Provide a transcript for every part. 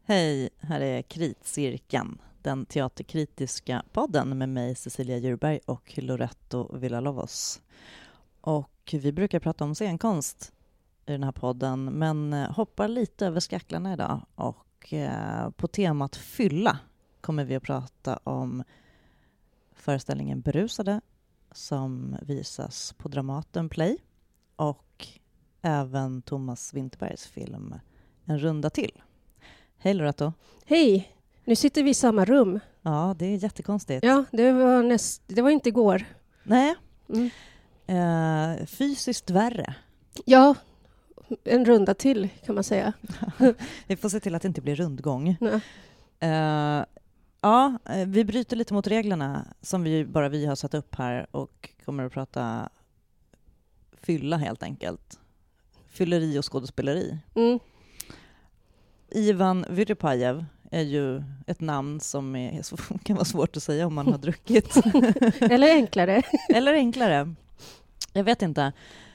Hej, här är Kritcirkeln, den teaterkritiska podden med mig Cecilia Djurberg och Loretto Villalovos. Och vi brukar prata om scenkonst i den här podden, men hoppar lite över skacklarna idag. Och på temat fylla kommer vi att prata om föreställningen Berusade som visas på Dramaten Play och även Thomas Winterbergs film En runda till. Hej Loretto. Hej, nu sitter vi i samma rum. Ja, det är jättekonstigt. Ja, det var inte igår. Nej, fysiskt värre. Ja, en runda till kan man säga. Vi får se till att det inte blir rundgång. Nej. Ja, vi bryter lite mot reglerna som vi har satt upp här och kommer att prata fylla helt enkelt. Fylleri och skådespeleri. Mm. Ivan Vyrypajev är ju ett namn som kan vara svårt att säga om man har druckit. Eller enklare. Eller enklare. Jag vet inte.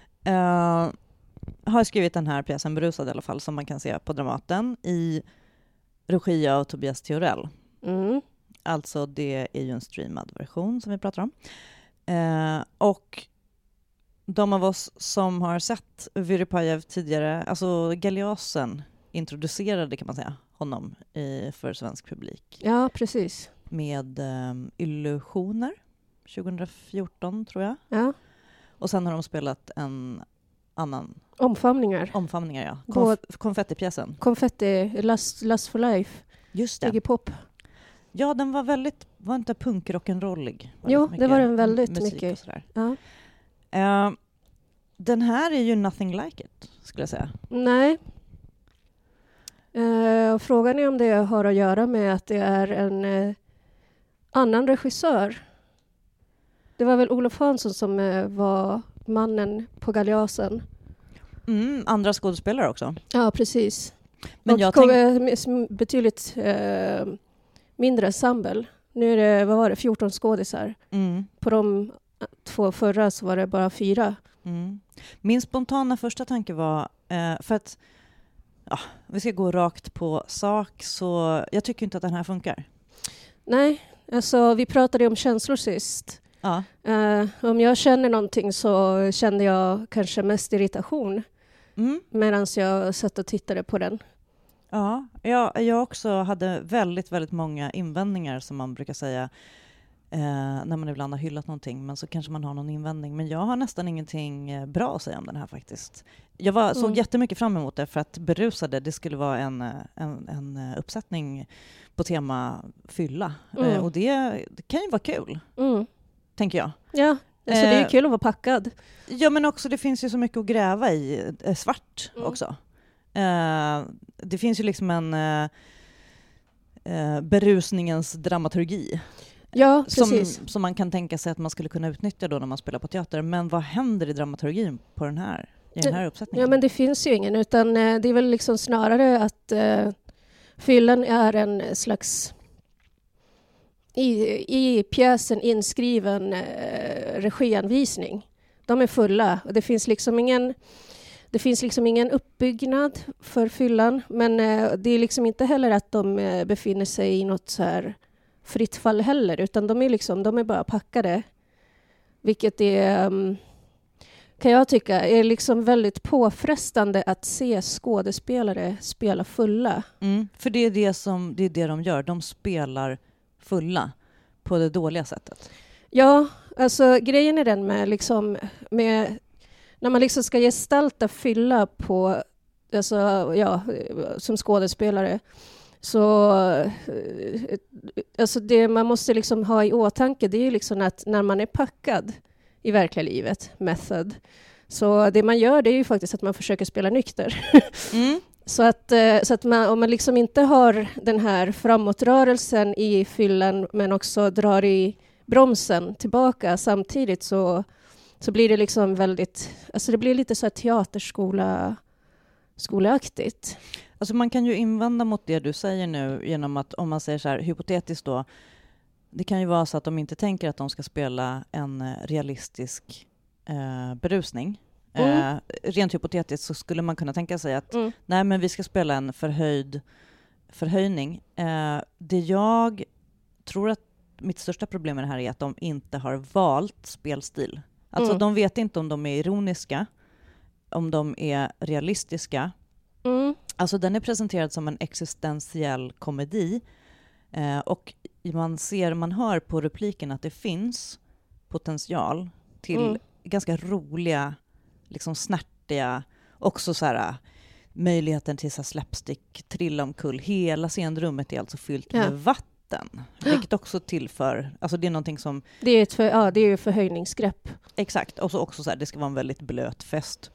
Har skrivit den här pjäsen Berusad i alla fall som man kan se på Dramaten i regi av Tobias Theorell. Mm. Alltså det är ju en streamad version som vi pratar om. Och de av oss som har sett Vyrypajev tidigare, alltså Galeasen introducerade kan man säga honom för svensk publik. Ja, precis. Med Illusioner 2014 tror jag. Ja. Och sen har de spelat en annan... Omfamningar, ja. Konfettipjäsen. Konfetti, Lust for Life. Just det. Iggy Pop. Ja, den var inte punkrock'n'rollig. Jo, det var den väldigt mycket. Ja. Den här är ju nothing like it, skulle jag säga. Nej. Frågan är om det har att göra med att det är en annan regissör. Det var väl Olof Hansson som var mannen på Galeasen. Andra skådespelare också. Ja, precis. Men och jag betydligt mindre ensemble. Nu är det, 14 skådisar. På de 2 förra så var det bara 4. Min spontana första tanke var, för att vi ska gå rakt på sak, så jag tycker inte att den här funkar. Nej, alltså vi pratade om känslor sist. Ja. Om jag känner någonting så kände jag kanske mest irritation medan jag satt och tittade på den. Ja, jag också hade väldigt, väldigt många invändningar som man brukar säga när man ibland har hyllat någonting, men så kanske man har någon invändning. Men jag har nästan ingenting bra att säga om den här faktiskt. Jag såg jättemycket fram emot det för att Berusade, det skulle vara en uppsättning på tema fylla. Och det kan ju vara kul, tänker jag. Ja, alltså det är ju kul att vara packad. Ja, men också det finns ju så mycket att gräva i. Svart också. Det finns ju liksom en berusningens dramaturgi. Ja, precis. Som man kan tänka sig att man skulle kunna utnyttja då när man spelar på teater. Men vad händer i dramaturgin på i den här uppsättningen? Ja, men det finns ju ingen, utan det är väl liksom snarare att fyllan är en slags i pjäsen inskriven regianvisning. De är fulla och det finns liksom ingen uppbyggnad för fyllan, men det är liksom inte heller att de befinner sig i något så här fritt fall heller, utan de är bara packade, vilket är kan jag tycka är liksom väldigt påfrestande att se skådespelare spela fulla. För det är det de gör, de spelar fulla på det dåliga sättet. Ja, alltså grejen är den med när man liksom ska gestalta fylla på, som skådespelare, så alltså det man måste liksom ha i åtanke, det är liksom att när man är packad i verkliga livet, method, så det man gör, det är ju faktiskt att man försöker spela nykter. Så att om man liksom inte har den här framåtrörelsen i fyllan, men också drar i bromsen tillbaka samtidigt, så blir det liksom väldigt, alltså det blir lite så här teaterskolaaktigt. Alltså man kan ju invända mot det du säger nu genom att, om man säger så här hypotetiskt då, det kan ju vara så att de inte tänker att de ska spela en realistisk berusning. Rent hypotetiskt så skulle man kunna tänka sig att nej, men vi ska spela en förhöjd förhöjning. Det jag tror att mitt största problem med det här är att de inte har valt spelstil. Alltså de vet inte om de är ironiska, om de är realistiska. Alltså den är presenterad som en existentiell komedi. Och man hör på repliken att det finns potential till ganska roliga, liksom snärtiga, också så här möjligheten till så här slapstick, trilla omkull. Hela scenrummet är alltså fyllt med vatten. Vilket också tillför, alltså det är någonting som... Det är ju förhöjningsgrepp. Exakt, och så också så här, det ska vara en väldigt blöt fest.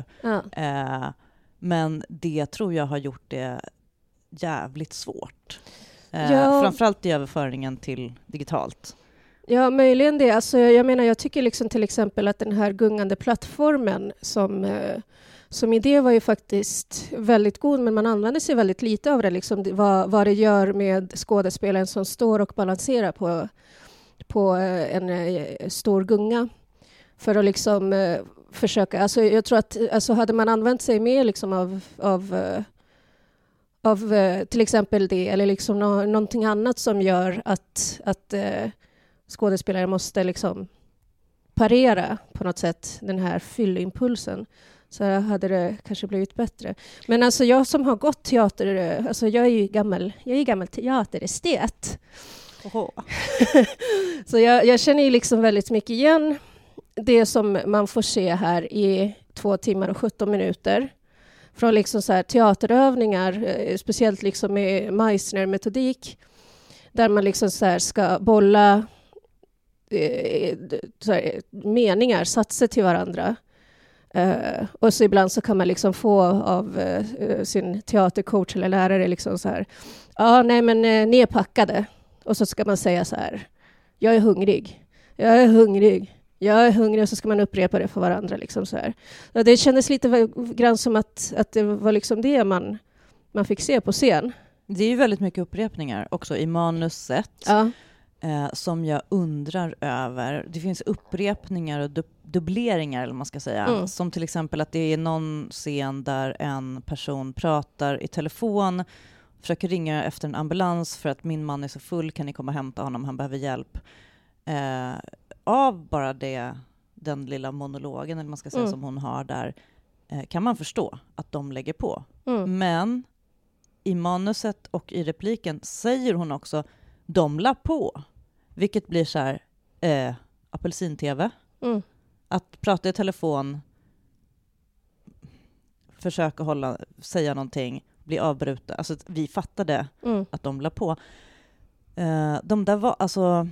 Men det tror jag har gjort det jävligt svårt. Framförallt i överföringen till digitalt. Ja, möjligen det. Alltså, jag tycker liksom till exempel att den här gungande plattformen som idé var ju faktiskt väldigt god, men man använder sig väldigt lite av det. Liksom, vad det gör med skådespelaren som står och balanserar på en stor gunga. För att liksom försöka... Alltså, jag tror att hade man använt sig mer liksom av till exempel det, eller liksom någonting annat som gör att skådespelare måste liksom parera på något sätt den här fyllimpulsen, så hade det kanske blivit bättre. Men alltså jag som har gått teater, alltså jag är ju gammal teaterestet. Så jag känner ju liksom väldigt mycket igen det som man får se här i 2 timmar och 17 minuter. Från liksom så här teaterövningar, speciellt liksom med Meissner-metodik, där man liksom så här ska bolla så här, meningar, satser till varandra. Och så ibland så kan man liksom få av sin teatercoach eller lärare liksom så här, ni är packade. Och så ska man säga så här, jag är hungrig, och så ska man upprepa det för varandra. Liksom så här. Och det kändes lite grann som att det var liksom det man fick se på scen. Det är ju väldigt mycket upprepningar också i manuset. Ja. Som jag undrar över. Det finns upprepningar och dubbleringar, eller man ska säga. Som till exempel att det är någon scen där en person pratar i telefon, försöker ringa efter en ambulans för att min man är så full, kan ni komma och hämta honom, han behöver hjälp. Av bara den lilla monologen, eller man ska säga, som hon har där, kan man förstå att de lägger på. Men i manuset och i repliken säger hon också de la på, vilket blir så här apelsin-tv. Att prata i telefon, försöka säga någonting, bli avbruten. Alltså vi fattade att de la på. De där var, alltså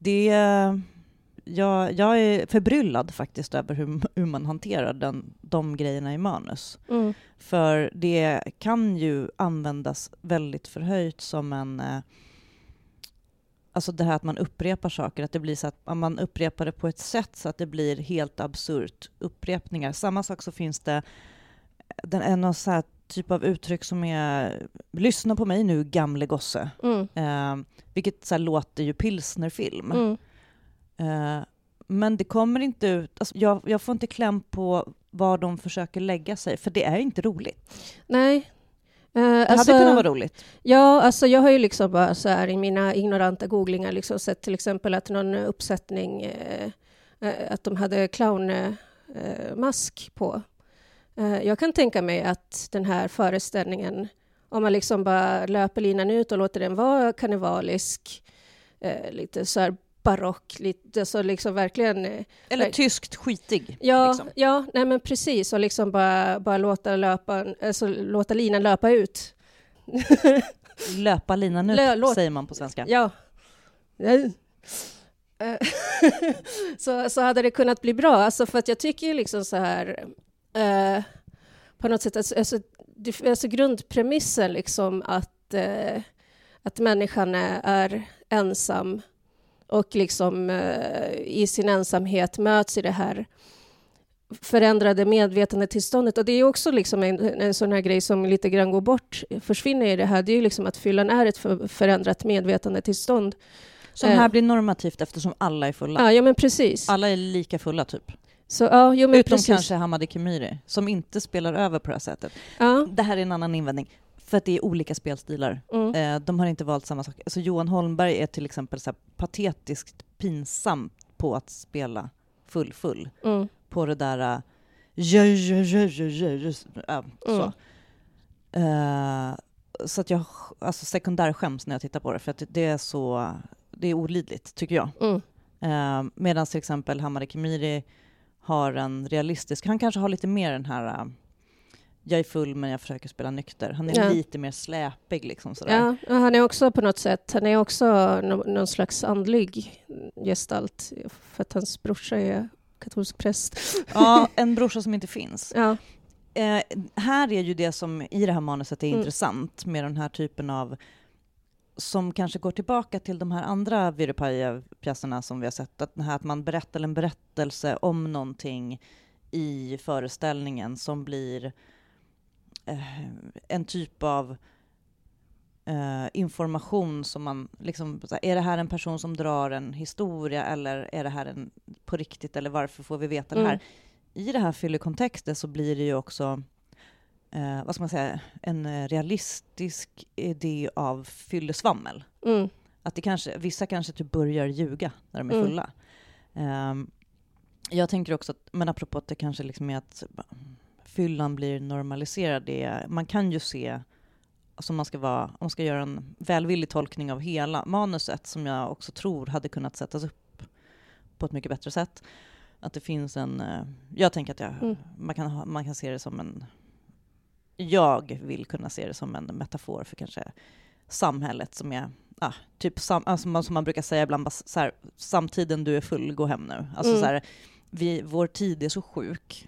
jag är förbryllad faktiskt över hur man hanterar de grejerna i manus. För det kan ju användas väldigt förhöjt som en... Alltså det här att man upprepar saker, att det blir så att man upprepar det på ett sätt så att det blir helt absurt upprepningar. Samma sak så finns det en så här typ av uttryck som är lyssna på mig nu, gamle gosse. Vilket så här låter ju pilsnerfilm. Men det kommer inte ut, alltså jag får inte kläm på var de försöker lägga sig, för det är inte roligt. Nej. Det hade kunnat vara roligt. Ja, alltså jag har ju liksom bara så här i mina ignoranta googlingar liksom sett till exempel att någon uppsättning att de hade clownmask på. Jag kan tänka mig att den här föreställningen, om man liksom bara löper linan ut och låter den vara karnevalisk, lite så här barock, lite så liksom verkligen... Eller tyskt skitig. Ja, liksom. Ja, nej men precis. Och liksom bara låta linan löpa ut. Löpa linan ut, säger man på svenska. Ja. Så hade det kunnat bli bra. Alltså för att jag tycker ju liksom så här... på något sätt, alltså grundpremissen liksom att människan är ensam och liksom i sin ensamhet möts i det här förändrade medvetandetillståndet. Och det är också liksom en sån här grej som lite grann försvinner i det här. Det är ju liksom att fyllan är ett förändrat medvetandetillstånd. Som här blir normativt eftersom alla är fulla. Ja, men precis. Alla är lika fulla typ. Så, ja, utom precis. kanske Hamadi Kemiri som inte spelar över på det här sättet. Ja. Det här är en annan invändning. För att det är olika spelstilar. De har inte valt samma sak. Alltså Johan Holmberg är till exempel så här patetiskt pinsam på att spela full. På det där så. Så att jag alltså sekundärskäms när jag tittar på det, för att det är olidligt, tycker jag. Medan till exempel Hamari Kemiri har en realistisk, han kanske har lite mer den här jag är full men jag försöker spela nykter. Han är lite mer släpig liksom sådär. Ja, han är också på något sätt, han är också någon slags andlig gestalt, för att hans brorsa är katolsk präst. Ja, en brorsa som inte finns. Ja. Här är ju det som i det här manuset är intressant med den här typen av, som kanske går tillbaka till de här andra Virupaja-pjäserna som vi har sett, att man berättar en berättelse om någonting i föreställningen som blir en typ av information som man liksom, är det här en person som drar en historia eller är det här en på riktigt, eller varför får vi veta det här? I det här fyllekontextet så blir det ju också vad ska man säga, en realistisk idé av fyllesvammel. Att det kanske, vissa kanske typ börjar ljuga när de är fulla. Jag tänker också att, men apropå att det kanske liksom är att fyllan blir normaliserad, man kan ju se, alltså om man ska göra en välvillig tolkning av hela manuset, som jag också tror hade kunnat sättas upp på ett mycket bättre sätt, att det finns jag tänker att man kan se det som jag vill kunna se det som en metafor för kanske samhället, som är typ som man brukar säga ibland, så här, samtiden du är full, gå hem nu. Alltså så här, vår tid är så sjuk.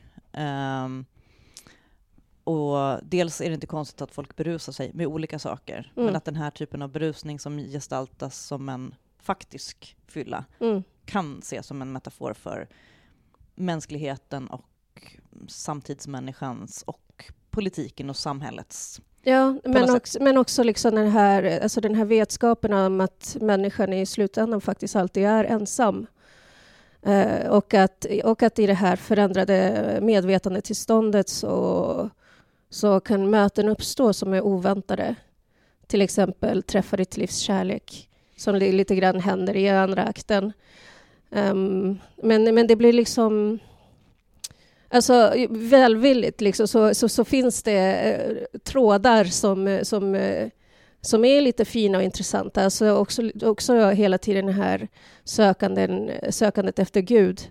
Och dels är det inte konstigt att folk berusar sig med olika saker, men att den här typen av berusning som gestaltas som en faktisk fylla kan ses som en metafor för mänskligheten och samtidsmänniskans och politiken och samhällets. Ja, men också liksom den här vetskapen om att människan i slutändan faktiskt alltid är ensam. Och att i det här förändrade medvetandetillståndet så kan möten uppstå som är oväntade. Till exempel träffa ditt livs kärlek, som lite grann händer i andra akten. Men det blir liksom, alltså välvilligt liksom, så finns det trådar som är lite fina och intressanta. Alltså också hela tiden det här sökandet efter Gud.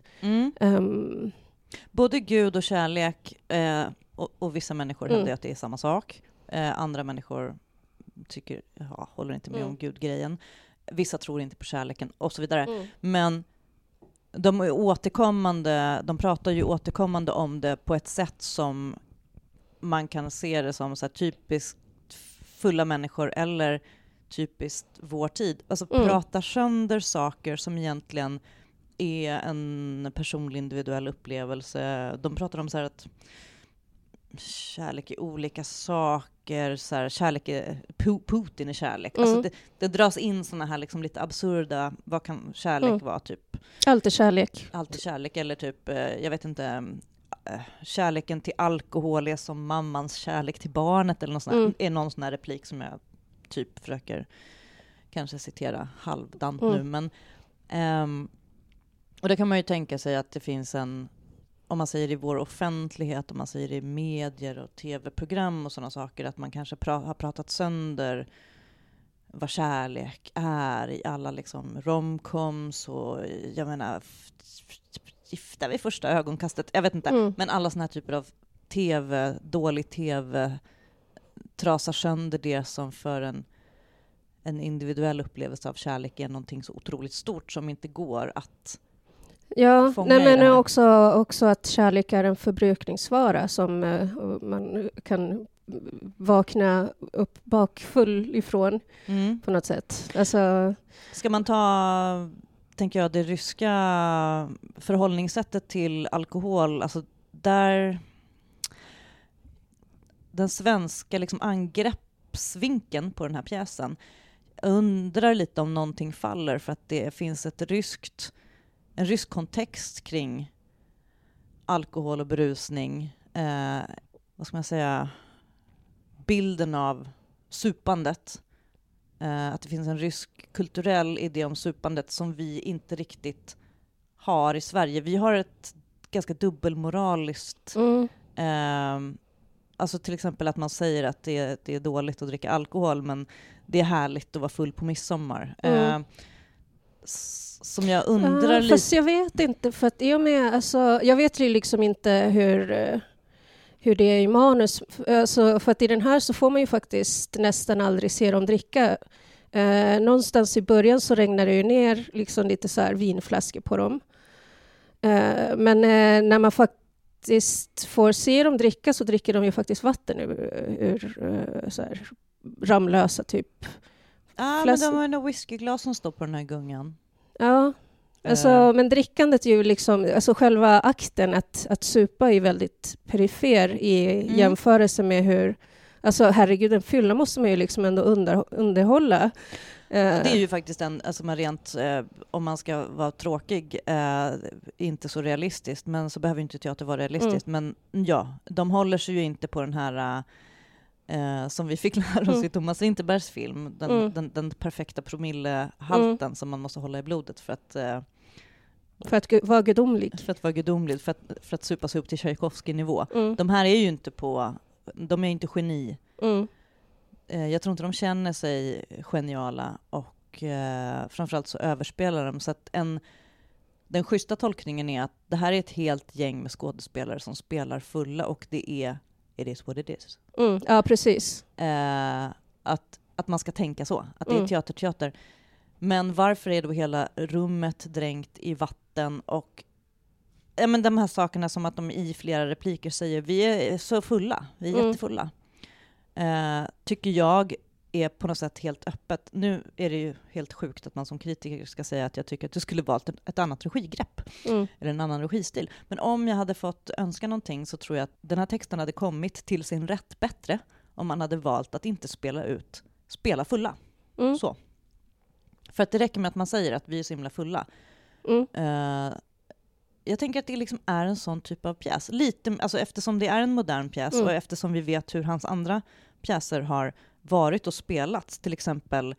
Både Gud och kärlek, och vissa människor hävdar att det är samma sak. Andra människor håller inte med om Gud-grejen. Vissa tror inte på kärleken och så vidare. Men de pratar ju återkommande om det på ett sätt som man kan se det som så här typiskt fulla människor eller typiskt vår tid. Alltså pratar sönder saker som egentligen är en personlig individuell upplevelse. De pratar om så här att kärlek är olika saker, så här, kärlek är Putin är kärlek. Alltså det dras in såna här liksom lite absurda, vad kan kärlek vara typ? Allt är kärlek. Allt är kärlek, eller typ jag vet inte, kärleken till alkohol är som mammans kärlek till barnet eller något sånt. Är någon sån här replik som jag typ försöker kanske citera halvdant nu, men och det kan man ju tänka sig att det finns om man säger i vår offentlighet, om man säger i medier och tv-program och sådana saker, att man kanske har pratat sönder vad kärlek är i alla liksom romcoms och jag menar Gifta vid första ögonkastet, jag vet inte, men alla såna här typer av dålig tv trasar sönder det som för en individuell upplevelse av kärlek är någonting så otroligt stort som inte går att fånga men också att kärlek är en förbrukningsvara som man kan vakna upp bakfull ifrån på något sätt. Alltså, ska man ta, tänker jag, det ryska förhållningssättet till alkohol, alltså där den svenska liksom angreppsvinkeln på den här pjäsen, undrar lite om någonting faller för att det finns en rysk kontext kring alkohol och berusning. Vad ska man säga? Bilden av supandet. Att det finns en rysk kulturell idé om supandet som vi inte riktigt har i Sverige. Vi har ett ganska dubbelmoraliskt... Alltså till exempel att man säger att det är dåligt att dricka alkohol, men det är härligt att vara full på midsommar. Som jag undrar lite... Fast jag vet inte, för att jag vet ju liksom inte hur det är i manus. Alltså, för att i den här så får man ju faktiskt nästan aldrig se dem dricka. Någonstans i början så regnar det ju ner liksom lite så här vinflaskor på dem. Men när man faktiskt får se dem dricka så dricker de ju faktiskt vatten ur så här Ramlösa typ. Men de har en whiskyglas som står på den här gungan. Ja, alltså, men drickandet är ju liksom, alltså själva akten att supa är väldigt perifer i jämförelse med hur, alltså herregud, en fylla måste man ju liksom ändå underhålla. Det är ju faktiskt alltså man rent, om man ska vara tråkig, inte så realistiskt, men så behöver inte teater vara realistiskt. Men ja, de håller sig ju inte på den här som vi fick lära oss i Thomas Winterbergs film, den perfekta promillehalten som man måste hålla i blodet för att vara gudomlig. För att vara gudomlig, för att supa sig upp till Tchaikovsky-nivå. De här är ju inte de är inte geni. Jag tror inte de känner sig geniala, och framförallt så överspelar de. Så att den schyssta tolkningen är att det här är ett helt gäng med skådespelare som spelar fulla, och det är it is what it is. Ja, precis. Att man ska tänka så. Att det är teater. Men varför är då hela rummet dränkt i vatten? Och men de här sakerna som att de i flera repliker säger vi är så fulla. Vi är jättefulla. Tycker jag är på något sätt helt öppet. Nu är det ju helt sjukt att man som kritiker ska säga att jag tycker att du skulle valt ett annat regigrepp. Eller en annan registil. Men om jag hade fått önska någonting så tror jag att den här texten hade kommit till sin rätt bättre om man hade valt att inte spela fulla. Så. För att det räcker med att man säger att vi är så himla fulla. Jag tänker att det liksom är en sån typ av pjäs. Lite, alltså eftersom det är en modern pjäs och eftersom vi vet hur hans andra pjäser har varit och spelats, till exempel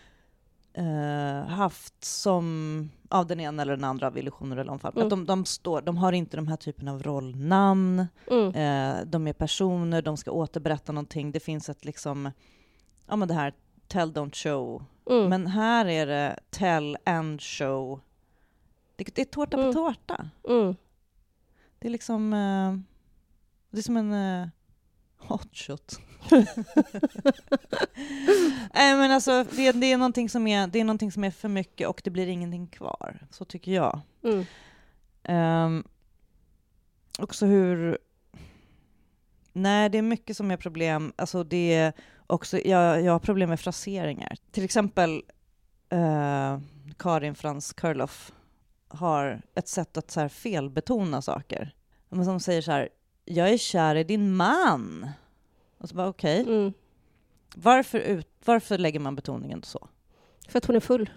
haft som av den ena eller den andra av illusioner eller omfall. Att de har inte de här typen av rollnamn. De är personer, de ska återberätta någonting. Det finns ett liksom, men det här tell, don't show. Men här är det tell and show. Det är tårta på tårta. Det är liksom det är som en hotshot. Men alltså det är någonting som är för mycket och det blir ingenting kvar. Så tycker jag. Också hur det är mycket som är problem. Alltså det är också jag har problem med fraseringar. Till exempel Karin Frans Kurloff har ett sätt att så här felbetona saker. Som säger så här: jag är kär i din man. Och så bara okej. Varför lägger man betoningen så? För att hon är full.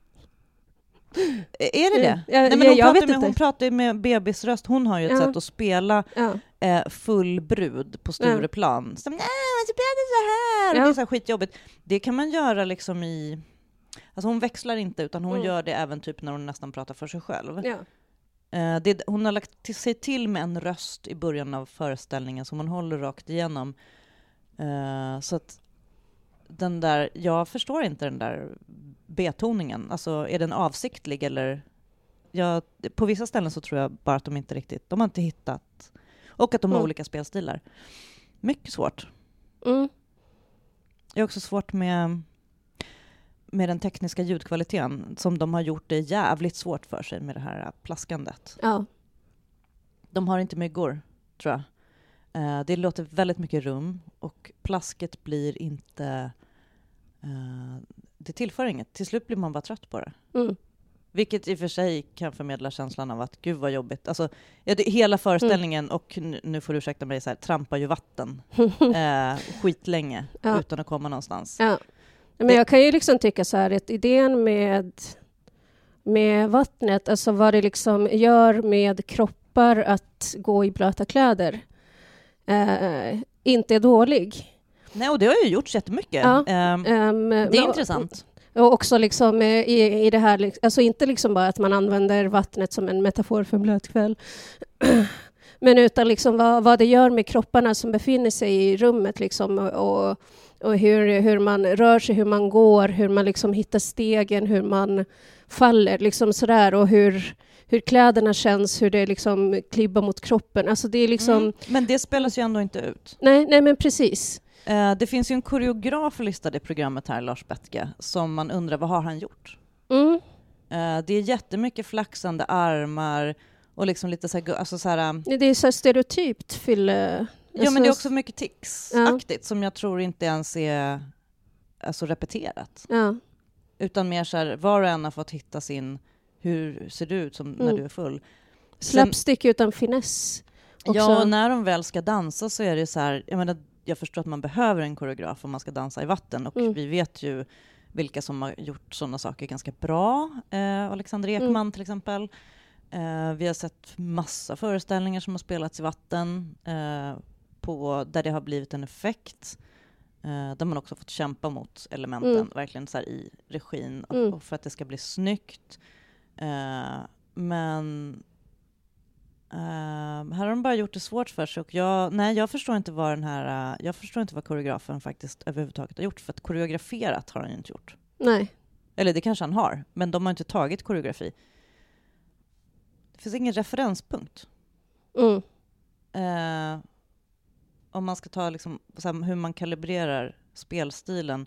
Är det det? Nej, men hon pratar med bebisröst. Hon har ju ett sätt att spela full brud på Stureplan. Som, så blev det så här. Det är så här skitjobbigt. Det kan man göra liksom i... Alltså hon växlar inte, utan hon gör det även typ när hon nästan pratar för sig själv. Hon har lagt sig till med en röst i början av föreställningen som hon håller rakt igenom. Så att den där, jag förstår inte den där betoningen. Alltså är den avsiktlig eller... på vissa ställen så tror jag bara att de har inte hittat. Och att de har olika spelstilar. Mycket svårt. Det är också svårt med den tekniska ljudkvaliteten som de har gjort det jävligt svårt för sig med det här plaskandet. Ja. De har inte myggor, tror jag. Det låter väldigt mycket rum och plasket blir inte... det tillför inget. Till slut blir man bara trött på det. Vilket i och för sig kan förmedla känslan av att gud vad jobbigt. Alltså, hela föreställningen och nu får du ursäkta mig, så här, trampar ju vatten skitlänge utan att komma någonstans. Ja. Men jag kan ju liksom tycka så här att idén med vattnet, alltså vad det liksom gör med kroppar att gå i blöta kläder, inte är dålig. Nej, och det har ju gjorts jättemycket. Ja. Det är intressant. Och också liksom i det här, alltså inte liksom bara att man använder vattnet som en metafor för en blöt kväll, men utan liksom vad det gör med kropparna som befinner sig i rummet liksom, och hur man rör sig, hur man går, hur man liksom hittar stegen, hur man faller liksom sådär, och hur kläderna känns, hur det liksom klibbar mot kroppen. Alltså det är liksom... Men det spelas ju ändå inte ut. Nej, men precis. Det finns ju en koreograf listad i programmet här, Lars Bettke, som man undrar, vad har han gjort? Det är jättemycket flaxande armar och liksom lite så här, alltså så här... Det är så här stereotypt fylle... Ja, men det är också mycket tics-aktigt som jag tror inte ens är alltså repeterat. Ja. Utan mer så här, var och en har fått hitta sin, hur ser du ut som när du är full. Slapstick utan finess. Också. Ja, och när de väl ska dansa så är det så här, jag förstår att man behöver en koreograf om man ska dansa i vatten, och vi vet ju vilka som har gjort sådana saker ganska bra. Alexander Ekman till exempel. Vi har sett massa föreställningar som har spelats i vatten där det har blivit en effekt. Där man också fått kämpa mot elementen verkligen så här i regin och för att det ska bli snyggt. Men här har de bara gjort det svårt för sig, och jag förstår inte vad koreografen faktiskt överhuvudtaget har gjort, för att koreograferat har han ju inte gjort. Nej. Eller det kanske han har, men de har inte tagit koreografi. Det finns ingen referenspunkt. Om man ska ta liksom, hur man kalibrerar spelstilen,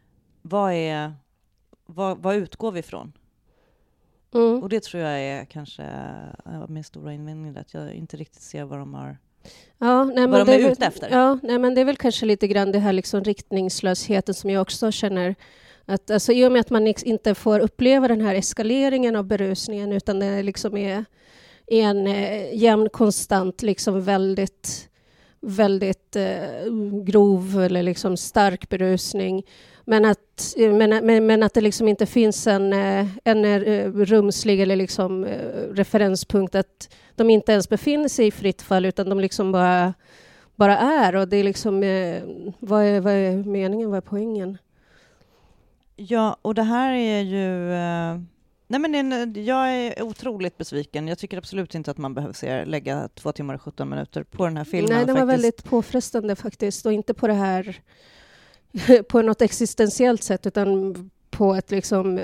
vad utgår vi ifrån? Och det tror jag är kanske min stora invändning, att jag inte riktigt ser vad de har vad de är ute efter. Ja, nej, men det är väl kanske lite grann det här liksom riktningslösheten som jag också känner. Att, alltså, i och med att man inte får uppleva den här eskaleringen av berusningen, utan det liksom är en jämn, konstant, liksom väldigt, väldigt grov eller liksom stark berusning. Men att det liksom inte finns en rumslig eller liksom referenspunkt, att de inte ens befinner sig i fritt fall, utan de liksom bara är. Och det är liksom, vad är meningen, vad är poängen? Ja, och det här är ju... jag är otroligt besviken. Jag tycker absolut inte att man behöver lägga 2 timmar och 17 minuter på den här filmen. Nej, den var väldigt påfrestande faktiskt. Och inte på det här på något existentiellt sätt, utan på ett liksom...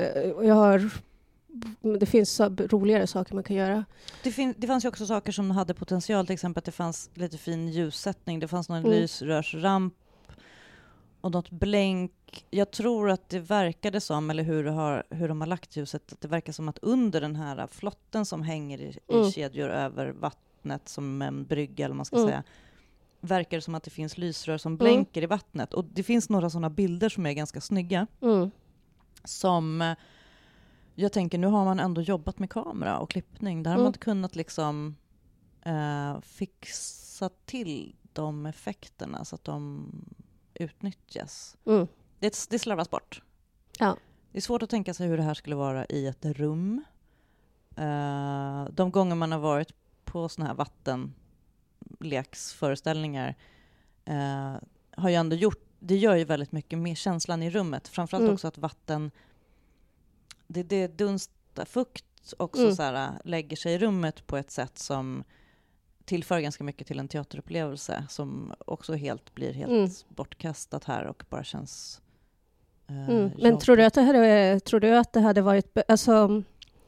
det finns så roligare saker man kan göra. Det fanns ju också saker som hade potential. Till exempel att det fanns lite fin ljussättning. Det fanns någon lysrörsramp och något blänk. Jag tror att det verkade som, eller hur de har lagt ljuset, att det verkar som att under den här flotten som hänger i kedjor över vattnet som en brygga, eller man ska säga, verkar det som att det finns lysrör som blänker i vattnet. Och det finns några sådana bilder som är ganska snygga. Som jag tänker, nu har man ändå jobbat med kamera och klippning. Där har man kunnat liksom fixa till de effekterna så att de utnyttjas. Det slarvas bort. Ja. Det är svårt att tänka sig hur det här skulle vara i ett rum. De gånger man har varit på såna här vattenleksföreställningar har ju ändå det gör ju väldigt mycket med känslan i rummet. Framförallt också att vatten, det dunstar fukt också så här, lägger sig i rummet på ett sätt som tillför ganska mycket till en teaterupplevelse, som också blir helt bortkastat här och bara känns Men tror du att det hade varit alltså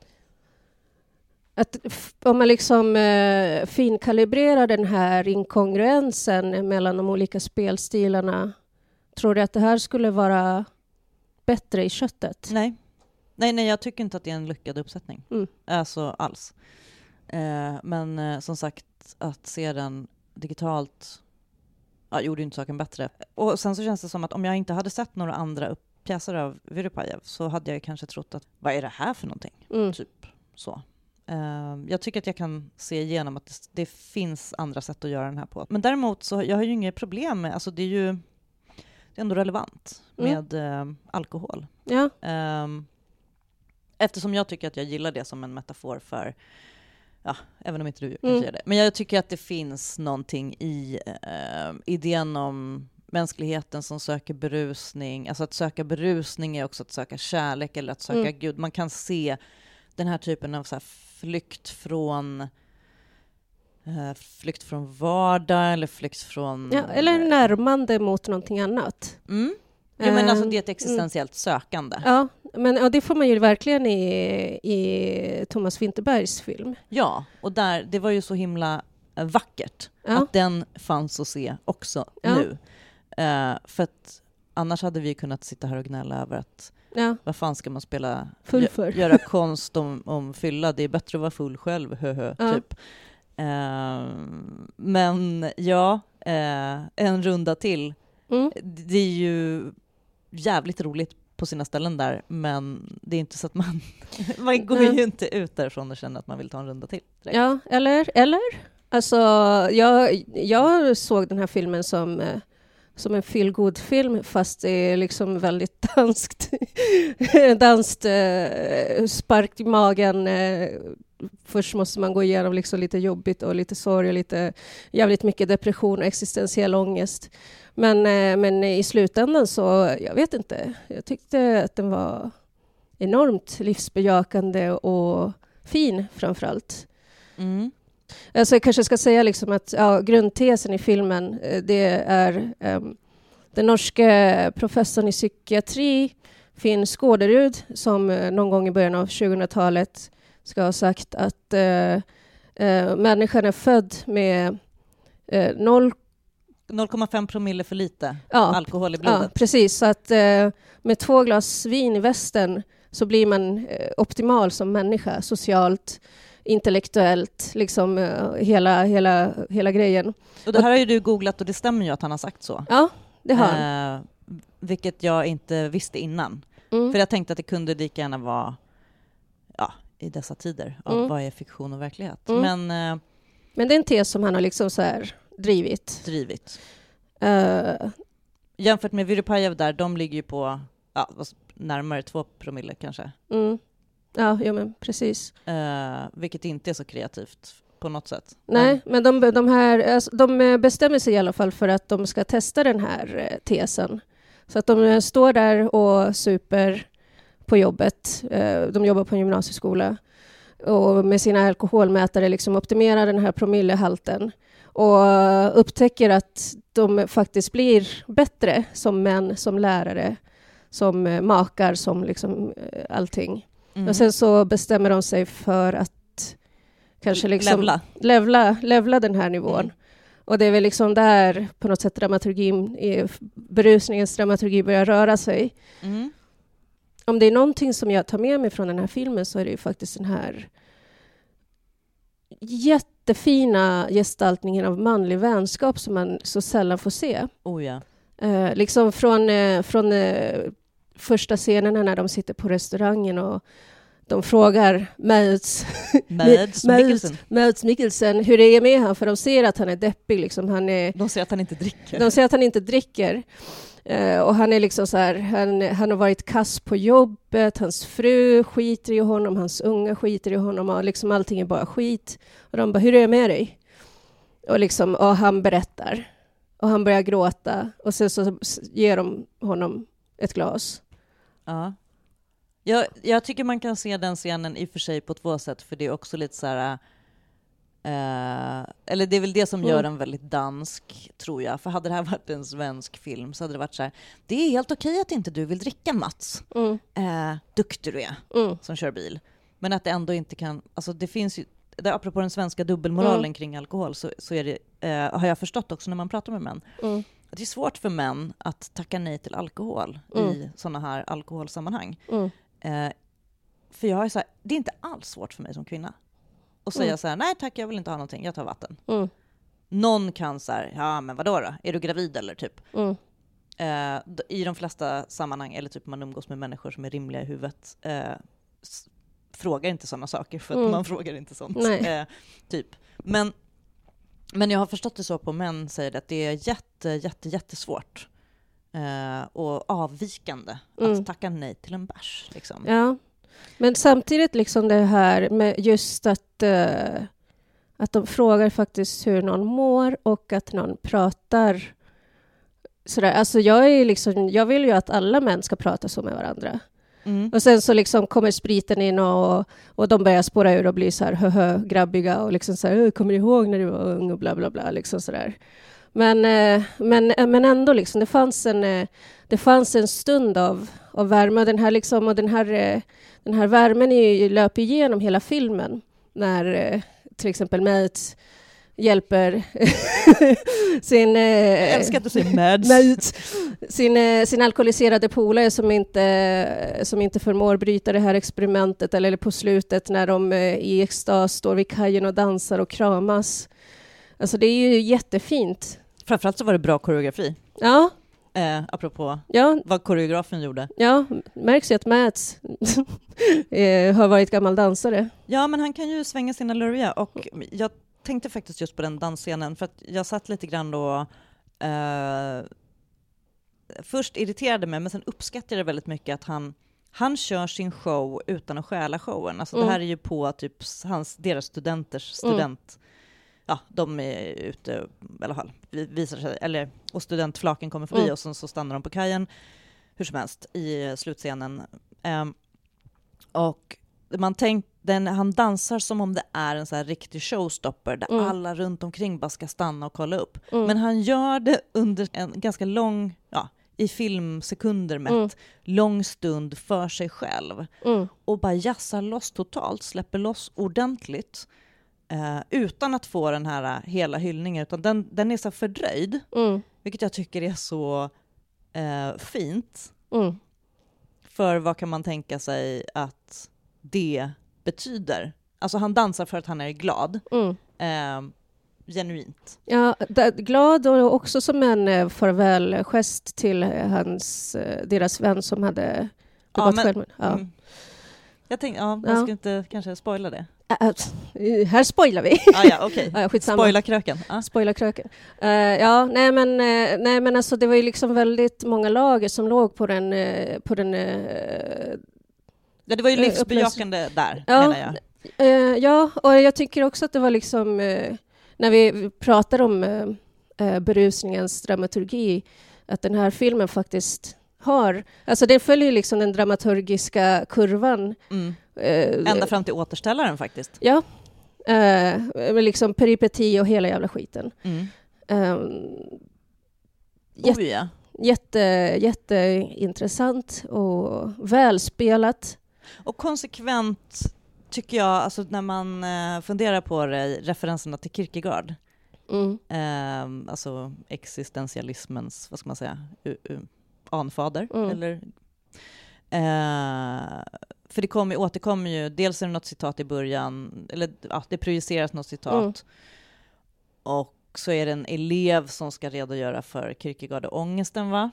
att om man liksom finkalibrerar den här inkongruensen mellan de olika spelstilarna, tror du att det här skulle vara bättre i köttet? Nej, jag tycker inte att det är en lyckad uppsättning. Alltså alls. Men som sagt, att se den digitalt gjorde inte saken bättre. Och sen så känns det som att om jag inte hade sett några andra pjäser av Vyrypajev så hade jag kanske trott att vad är det här för någonting? Typ så. Jag tycker att jag kan se igenom att det finns andra sätt att göra den här på. Men däremot så jag har ju inget problem med, alltså det är ändå relevant med alkohol. Ja. Eftersom jag tycker att jag gillar det som en metafor för, även om inte du kanske gör det. Men jag tycker att det finns någonting i idén om mänskligheten som söker berusning. Alltså att söka berusning är också att söka kärlek eller att söka Gud. Man kan se den här typen av så här flykt från vardag eller flykt från... Ja, eller närmande mot någonting annat. Ja, men alltså det är ett existentiellt sökande. Ja, men det får man ju verkligen i Thomas Vinterbergs film. Ja, och det var ju så himla vackert att den fanns att se också nu. För att annars hade vi kunnat sitta här och gnälla över att vad fan ska man spela göra konst om fylla, det är bättre att vara full själv, typ. Men en runda till. Det är ju jävligt roligt på sina ställen där, men det är inte så att man går ju inte ut därifrån och känner att man vill ta en runda till direkt. Ja, eller? Alltså, jag såg den här filmen som en feel-good-film, fast det är liksom väldigt danskt spark i magen. Först måste man gå igenom liksom lite jobbigt och lite sorg och lite jävligt mycket depression och existentiell ångest. Men i slutändan så, jag vet inte, jag tyckte att den var enormt livsbejakande och fin framförallt. Alltså jag kanske ska säga liksom att grundtesen i filmen, det är den norske professorn i psykiatri, Finn Skåderud, som någon gång i början av 2000-talet ska ha sagt att människan är född med 0,5 promille för lite alkohol i blodet. Ja, precis. Så att med 2 glas vin i västen så blir man optimal som människa, socialt, intellektuellt, liksom hela grejen. Och det här har ju du googlat och det stämmer ju att han har sagt så. Ja, det har han. Vilket jag inte visste innan. För jag tänkte att det kunde lika gärna vara i dessa tider av vad är fiktion och verklighet. Men det är en tes som han har liksom så här drivit. Jämfört med Vyrypajev där, de ligger ju på närmare 2 promille kanske. Ja, men precis. Vilket inte är så kreativt på något sätt. Nej, men de bestämmer sig i alla fall för att de ska testa den här tesen. Så att de står där och super på jobbet. De jobbar på en gymnasieskola. Och med sina alkoholmätare liksom optimerar den här promillehalten. Och upptäcker att de faktiskt blir bättre som män, som lärare, som makar, som liksom allting. Och sen så bestämmer de sig för att kanske liksom levla den här nivån. Och det är väl liksom där på något sätt berusningens dramaturgi börjar röra sig. Om det är någonting som jag tar med mig från den här filmen så är det ju faktiskt den här jättefina gestaltningen av manlig vänskap som man så sällan får se. Liksom från första scenen när de sitter på restaurangen och de frågar Mads Mikkelsen hur det är med han, för de ser att han är deppig. Liksom. De ser att han inte dricker. Och han är liksom så här, han har varit kass på jobbet, hans fru skiter i honom, hans unga skiter i honom och liksom allting är bara skit. Och de bara, hur är det med dig? Och han berättar. Och han börjar gråta och sen så ger de honom ett glas. Ja. Jag tycker man kan se den scenen i och för sig på 2 sätt, för det är också lite så här eller det är väl det som gör den väldigt dansk, tror jag. För hade det här varit en svensk film så hade det varit så här: det är helt okej att inte du vill dricka, Mats. Duktig du är som kör bil. Men att det ändå inte kan, alltså det finns ju, apropå den svenska dubbelmoralen kring alkohol, så är det, har jag förstått också när man pratar med män, att det är svårt för män att tacka nej till alkohol i såna här alkoholsammanhang. För jag är så här, det är inte alls svårt för mig som kvinna och säga så här: nej tack, jag vill inte ha någonting, jag tar vatten. Någon kan så här, ja men vadå då? Är du gravid eller typ? I de flesta sammanhang, eller typ man umgås med människor som är rimliga i huvudet, frågar inte sådana saker, för att man frågar inte sånt. Typ. Men jag har förstått det så på män säger det, att det är jättesvårt och avvikande att tacka nej till en bärs. Liksom. Ja, men samtidigt liksom det här med just att de frågar faktiskt hur någon mår och att någon pratar sådär, alltså jag vill ju att alla män ska prata så med varandra. Och sen så liksom kommer spriten in och de börjar spåra ur och blir så här grabbiga och liksom så här, kommer du ihåg när du var ung och bla bla bla liksom sådär. Men ändå liksom det fanns en stund av värme, och den här värmen löper igenom hela filmen när till exempel Mads hjälper sin jag älskar att du säger Mads sin alkoholiserade polare som inte förmår bryta det här experimentet, eller på slutet när de i extas står vid kajen och dansar och kramas. Alltså det är ju jättefint. Framförallt så var det bra koreografi. Ja. Apropå vad koreografen gjorde. Ja, märks ju att Mads har varit gammal dansare. Ja, men han kan ju svänga sina lurviga, och jag tänkte faktiskt just på den dansscenen, för att jag satt lite grann då först irriterade mig, men sen uppskattade jag väldigt mycket att han kör sin show utan att stjäla showen. Alltså det här är ju på typ deras studenters student. Ja, de är ute i alla fall, visar sig, och studentflaken kommer förbi och så stannar de på kajen hur som helst i slutscenen. Och han dansar som om det är en så här riktig showstopper där alla runt omkring bara ska stanna och kolla upp. Men han gör det under en ganska lång, i filmsekunder mätt, lång stund för sig själv. Och bara jassar loss totalt, släpper loss ordentligt. Utan att få den här hela hyllningen, utan den är så fördröjd, vilket jag tycker är så fint. För vad kan man tänka sig att det betyder? Alltså han dansar för att han är glad, genuint. Ja, glad, och också som en farvälgest till deras vän som hade begått självmord. Jag tänkte, jag ska inte kanske spoila det. Här spoilar vi. Okay. Spoila kröken. Spoila kröken. Nej men alltså det var ju liksom väldigt många lager som låg på den det var ju livsbejakande där, menar jag. Ja, och jag tycker också att det var liksom när vi pratar om berusningens dramaturgi, att den här filmen faktiskt alltså det följer liksom den dramaturgiska kurvan. Ända fram till återställaren faktiskt. Ja, med liksom peripeti och hela jävla skiten. Jätteintressant och välspelat. Och konsekvent tycker jag, alltså när man funderar på det, referenserna till Kierkegaard. Alltså existentialismens, vad ska man säga, anfader. Eller, för det återkommer ju, dels är det något citat i början, eller det projiceras något citat. Och så är det en elev som ska redogöra för Kierkegaard och ångesten, va?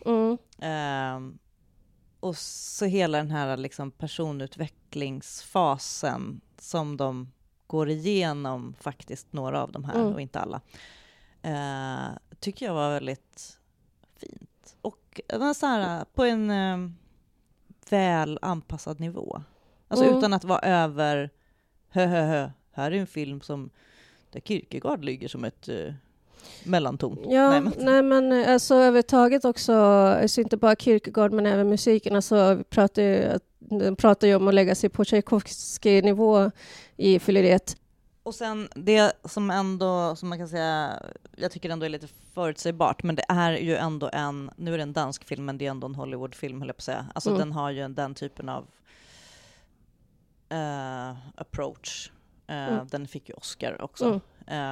Och så hela den här liksom personutvecklingsfasen som de går igenom, faktiskt några av de här och inte alla, tycker jag var väldigt fint. Och så här, på en väl anpassad nivå. Alltså utan att vara över här är en film som där Kierkegaard ligger som ett mellanton. Ja, nej men alltså överhuvudtaget också, alltså inte bara Kierkegaard men även musiken. Alltså vi pratar ju om att lägga sig på Tchaikovsky-nivå i fylleriet. Och sen det som ändå, som man kan säga, jag tycker ändå är lite förutsägbart, men det är ju ändå nu är det en dansk film, men det är ändå en Hollywoodfilm, höll jag på att säga. Alltså den har ju den typen av approach. Den fick ju Oscar också.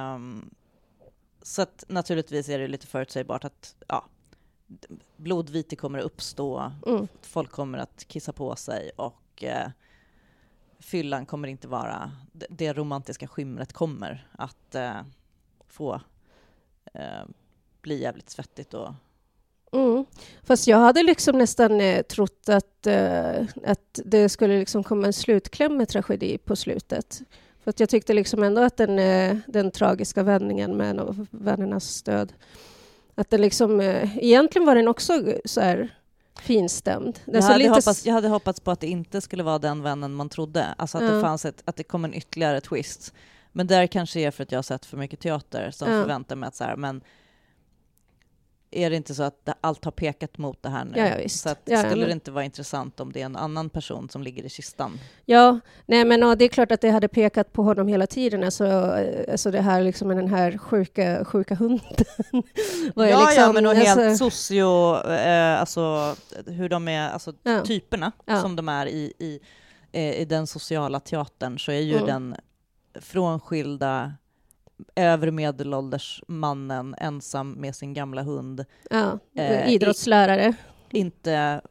Så att naturligtvis är det lite förutsägbart att blodvite kommer att uppstå, folk kommer att kissa på sig, och fyllan kommer inte vara, det romantiska skimret kommer att få bli jävligt svettigt. Fast jag hade liksom nästan trott att det skulle liksom komma en slutkläm med tragedi på slutet. För att jag tyckte liksom ändå att den tragiska vändningen med en av vännernas stöd, att den liksom, egentligen var den också så här finstämd. Jag hade hoppats på att det inte skulle vara den vännen man trodde. Alltså att det fanns att det kom en ytterligare twist. Men där kanske är för att jag har sett för mycket teater som förväntar mig att så här, men är det inte så att allt har pekat mot det här nu? Ja, visst. Så att, skulle det inte vara intressant om det är en annan person som ligger i kistan? Ja, nej men det är klart att det hade pekat på honom hela tiden. Alltså det här liksom med den här sjuka hunden. Men och helt socio, alltså hur de är, alltså typerna som de är i den sociala teatern, så är ju den frånskilda övre medelålders mannen ensam med sin gamla hund. Ja, idrottslärare. Inte,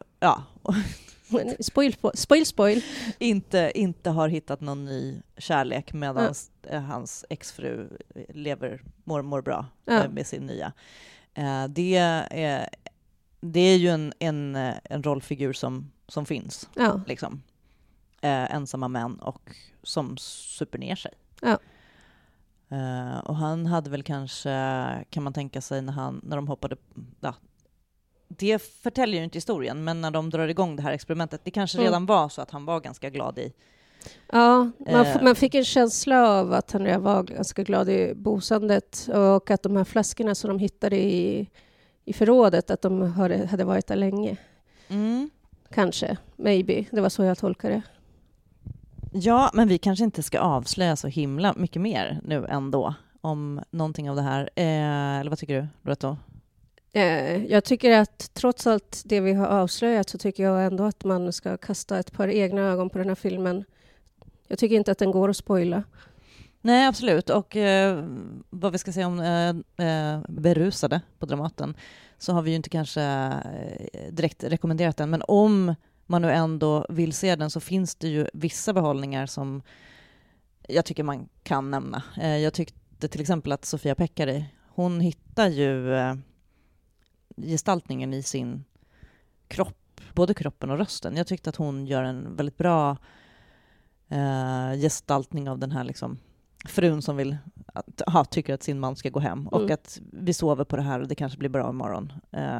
Spoil. Inte har hittat någon ny kärlek medan hans exfru mår bra med sin nya. Det är ju en rollfigur som finns. Ja. Liksom. Ensamma män och som super ner sig. Ja. Och han hade väl kanske, kan man tänka sig, när de hoppade... Ja, det förtäljer ju inte historien, men när de drar igång det här experimentet, det kanske redan var så att han var ganska glad i... Ja, man fick en känsla av att han redan var ganska glad i bosandet, och att de här flaskorna som de hittade i förrådet, att de hade varit där länge. Kanske, maybe. Det var så jag tolkade det. Ja, men vi kanske inte ska avslöja så himla mycket mer nu ändå om någonting av det här. Eller vad tycker du, Loretto? Jag tycker att trots allt det vi har avslöjat, så tycker jag ändå att man ska kasta ett par egna ögon på den här filmen. Jag tycker inte att den går att spoila. Nej, absolut. Och vad vi ska säga om berusade på Dramaten, så har vi ju inte kanske direkt rekommenderat den. Men om man nu ändå vill se den, så finns det ju vissa behållningar som jag tycker man kan nämna. Jag tyckte till exempel att Sofia Pekkari, hon hittar ju gestaltningen i sin kropp, både kroppen och rösten. Jag tyckte att hon gör en väldigt bra gestaltning av den här liksom frun som tycker att sin man ska gå hem och att vi sover på det här och det kanske blir bra imorgon.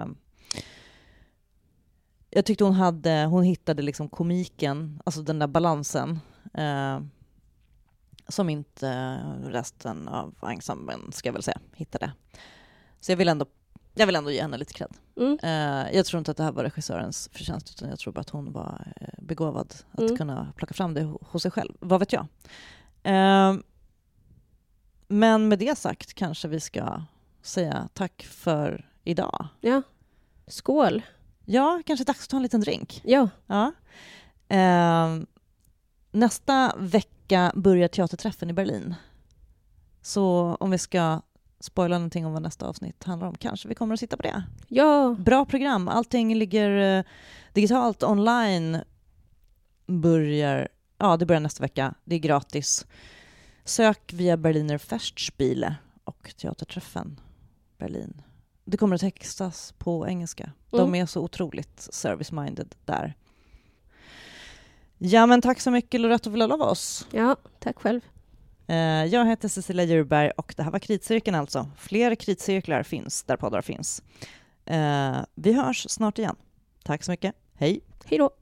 Jag tyckte hon hittade liksom komiken, alltså den där balansen som inte resten av ensemblen, ska jag väl säga, hittade. Så jag vill ändå ge henne lite cred. Jag tror inte att det här var regissörens förtjänst, utan jag tror bara att hon var begåvad att kunna plocka fram det hos sig själv. Vad vet jag? Men med det sagt kanske vi ska säga tack för idag. Ja, skål. Ja, kanske dags att ta en liten drink. Ja. Nästa vecka börjar teaterträffen i Berlin. Så om vi ska spoila någonting om vad nästa avsnitt handlar om, kanske vi kommer att sitta på det. Ja. Bra program. Allting ligger digitalt online. Det börjar nästa vecka. Det är gratis. Sök via Berliner Festspiele och teaterträffen Berlin. Det kommer att textas på engelska. De är så otroligt service-minded där. Ja, men tack så mycket, Loretto Villalobos. Ja, tack själv. Jag heter Cecilia Djurberg och det här var Kritcirkeln alltså. Fler kritcirklar finns där poddar finns. Vi hörs snart igen. Tack så mycket. Hej. Hej då.